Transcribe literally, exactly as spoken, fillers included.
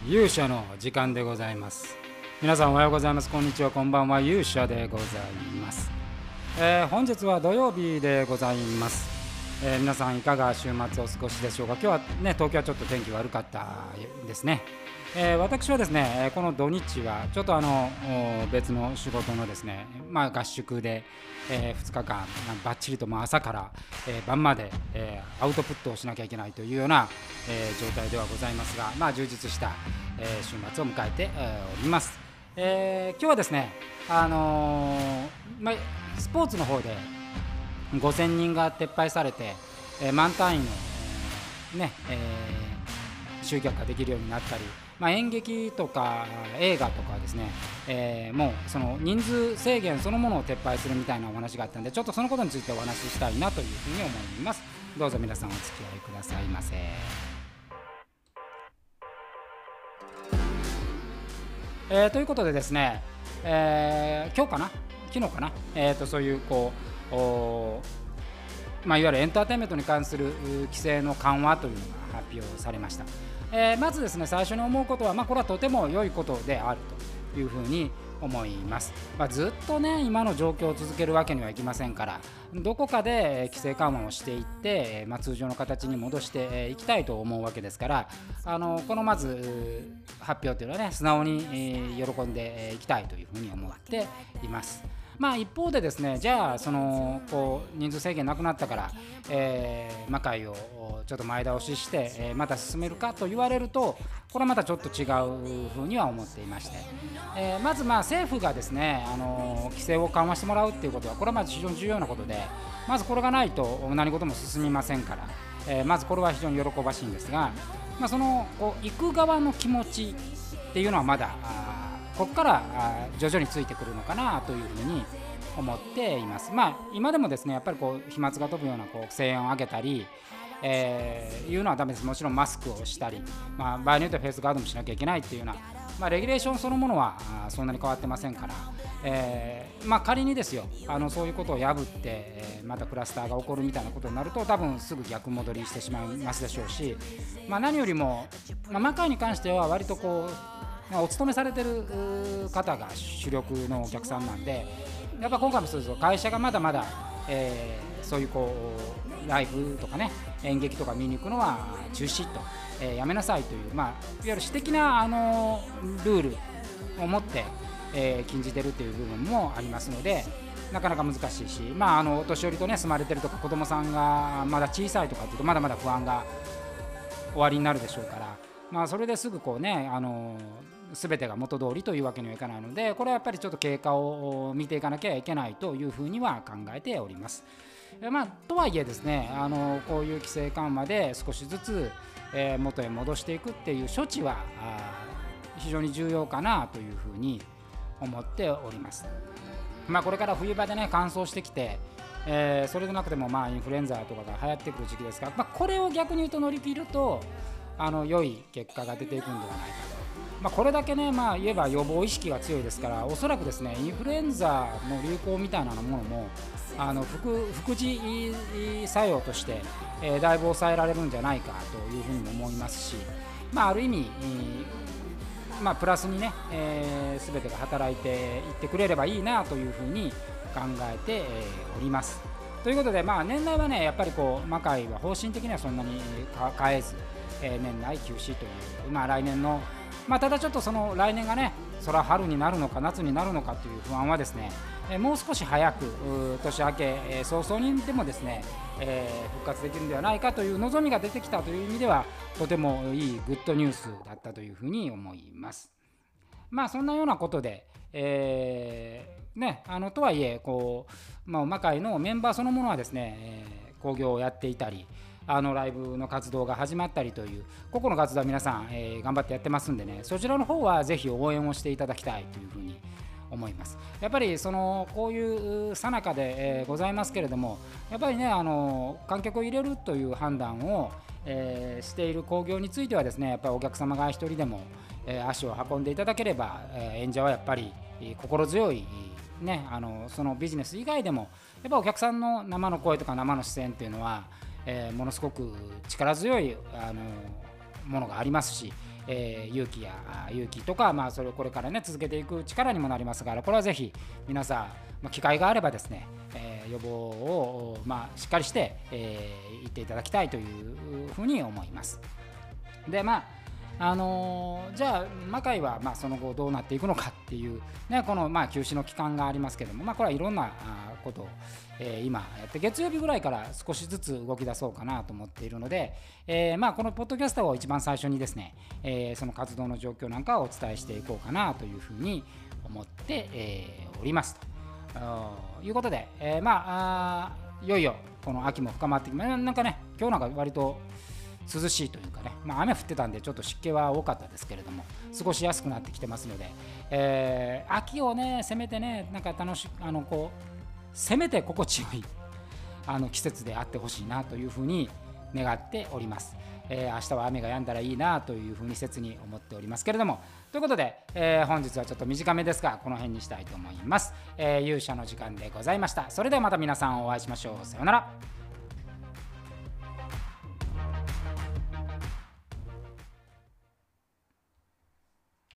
勇者の時間でございます。皆さんおはようございます。こんにちは、こんばんは。勇者でございます。えー、本日は土曜日でございます。えー、皆さんいかが週末お過ごしでしょうか。今日はね、東京はちょっと天気悪かったですね。えー、私はですね、この土日はちょっとあの別の仕事のですね、まあ、合宿で、えー、ふつかかんバッチリとも朝から、えー、晩まで、えー、アウトプットをしなきゃいけないというような、えー、状態ではございますが、まあ、充実した、えー、週末を迎えて、えー、おります。えー、今日はですね、あのーまあ、スポーツの方でごせんにんが撤廃されて、えー、満単位の、えーねえー、集客ができるようになったり、まあ、演劇とか映画とかですね、えー、もうその人数制限そのものを撤廃するみたいなお話があったので、ちょっとそのことについてお話ししたいなというふうに思います。どうぞ皆さんお付き合いくださいませ。えー、ということでですね、えー、今日かな昨日かな、えー、とそういうこうまあ、いわゆるエンターテインメントに関する規制の緩和というのが発表されました。えー、まずですね、最初に思うことは、まあ、これはとても良いことであるというふうに思います。まあ、ずっとね今の状況を続けるわけにはいきませんから、どこかで規制緩和をしていって、まあ、通常の形に戻していきたいと思うわけですから、あのこのまず発表というのはね、素直に喜んでいきたいというふうに思っています。まあ、一方でですね、じゃあそのこう人数制限なくなったから、えー、魔界をちょっと前倒しして、えー、また進めるかと言われると、これはまたちょっと違うふうには思っていまして、えー、まずまあ政府がですね、あのー、規制を緩和してもらうっていうことは、これはまず非常に重要なことで、まずこれがないと何事も進みませんから、えー、まずこれは非常に喜ばしいんですが、まあ、そのこう行く側の気持ちっていうのはまだここから徐々についてくるのかなというふうに思っています。まあ、今でもですね、やっぱりこう飛沫が飛ぶようなこう声援を上げたり、えー、いうのはダメです。もちろんマスクをしたり、まあ、場合によってはフェイスガードもしなきゃいけないっていうような、まあ、レギュレーションそのものはそんなに変わってませんから、えーまあ、仮にですよ、あのそういうことを破って、えー、またクラスターが起こるみたいなことになると、多分すぐ逆戻りしてしまいますでしょうし、まあ、何よりも、まあ、魔界に関しては割とこうお勤めされてる方が主力のお客さんなんで、やっぱ今回もそうですよ、会社がまだまだ、えー、そういうこうライブとかね、演劇とか見に行くのは中止と、えー、やめなさいという、まあ、いわゆる私的なあのルールを持って、えー、禁じてるという部分もありますので、なかなか難しいし、まあ、あのお年寄りとね住まれてるとか、子供さんがまだ小さいとかっていうと、まだまだ不安が終わりになるでしょうから、まあ、それですぐこうね、あの全てが元通りというわけにはいかないので、これはやっぱりちょっと経過を見ていかなきゃいけないというふうには考えております。まあ、とはいえですね、あのこういう規制緩和で少しずつ、えー、元へ戻していくっていう処置は非常に重要かなというふうに思っております。まあ、これから冬場でね乾燥してきて、えー、それでなくてもまあインフルエンザとかが流行ってくる時期ですから、まあ、これを逆に言うと乗り切るとあの良い結果が出ていくんではないかと。まあ、これだけね、まあ、言えば予防意識が強いですから、おそらくですねインフルエンザの流行みたいなものもあの 副, 副次作用として、えー、だいぶ抑えられるんじゃないかというふうにも思いますし、まあ、ある意味、まあ、プラスにね、えー、全てが働いていってくれればいいなというふうに考えて、えー、おります。ということで、まあ、年内はねやっぱりこう魔界は方針的にはそんなに変えず、えー、年内休止という、まあ、来年の、まあ、ただちょっとその来年がね、それは春になるのか夏になるのかという不安はですね、えー、もう少し早く年明け、えー、早々にでもですね、えー、復活できるんではないかという望みが出てきたという意味では、とてもいいグッドニュースだったというふうに思います。まあそんなようなことで、えーね、あのとはいえこう、まあ、魔界のメンバーそのものはですね、えー、興行をやっていたり、あのライブの活動が始まったりという個々の活動は皆さん、えー、頑張ってやってますんでね、そちらの方はぜひ応援をしていただきたいというふうに思います。やっぱりそのこういう最中で、えー、ございますけれども、やっぱりねあの観客を入れるという判断を、えー、している興行についてはですね、やっぱりお客様が一人でも、えー、足を運んでいただければ、えー、演者はやっぱり心強いね、あのそのビジネス以外でもやっぱお客さんの生の声とか生の視線っていうのは、えー、ものすごく力強いあのものがありますし、えー、勇気や勇気とか、まあ、それをこれからね続けていく力にもなりますから、これはぜひ皆さん、まあ、機会があればですね、えー、予防を、まあ、しっかりして、えー、言っていただきたいというふうに思います。でまああのー、じゃあ魔界はまあその後どうなっていくのかっていう、ね、このまあ休止の期間がありますけども、まあ、これはいろんなことを、えー、今やって、月曜日ぐらいから少しずつ動き出そうかなと思っているので、えー、まあこのポッドキャストを一番最初にですね、えー、その活動の状況なんかをお伝えしていこうかなというふうに思って、えー、おりますということで、えー、まあ、あいよいよこの秋も深まってきて、なんかね今日なんか割と涼しいというかね、まあ、雨降ってたんでちょっと湿気は多かったですけれども、過ごしやすくなってきてますので、えー、秋をねせめてね、なんか楽しあのこうせめて心地よいあの季節であってほしいなというふうに願っております。えー、明日は雨が止んだらいいなというふうに切に思っておりますけれども、ということで、えー、本日はちょっと短めですがこの辺にしたいと思います。えー、勇者の時間でございました。それではまた皆さんお会いしましょう。さようなら。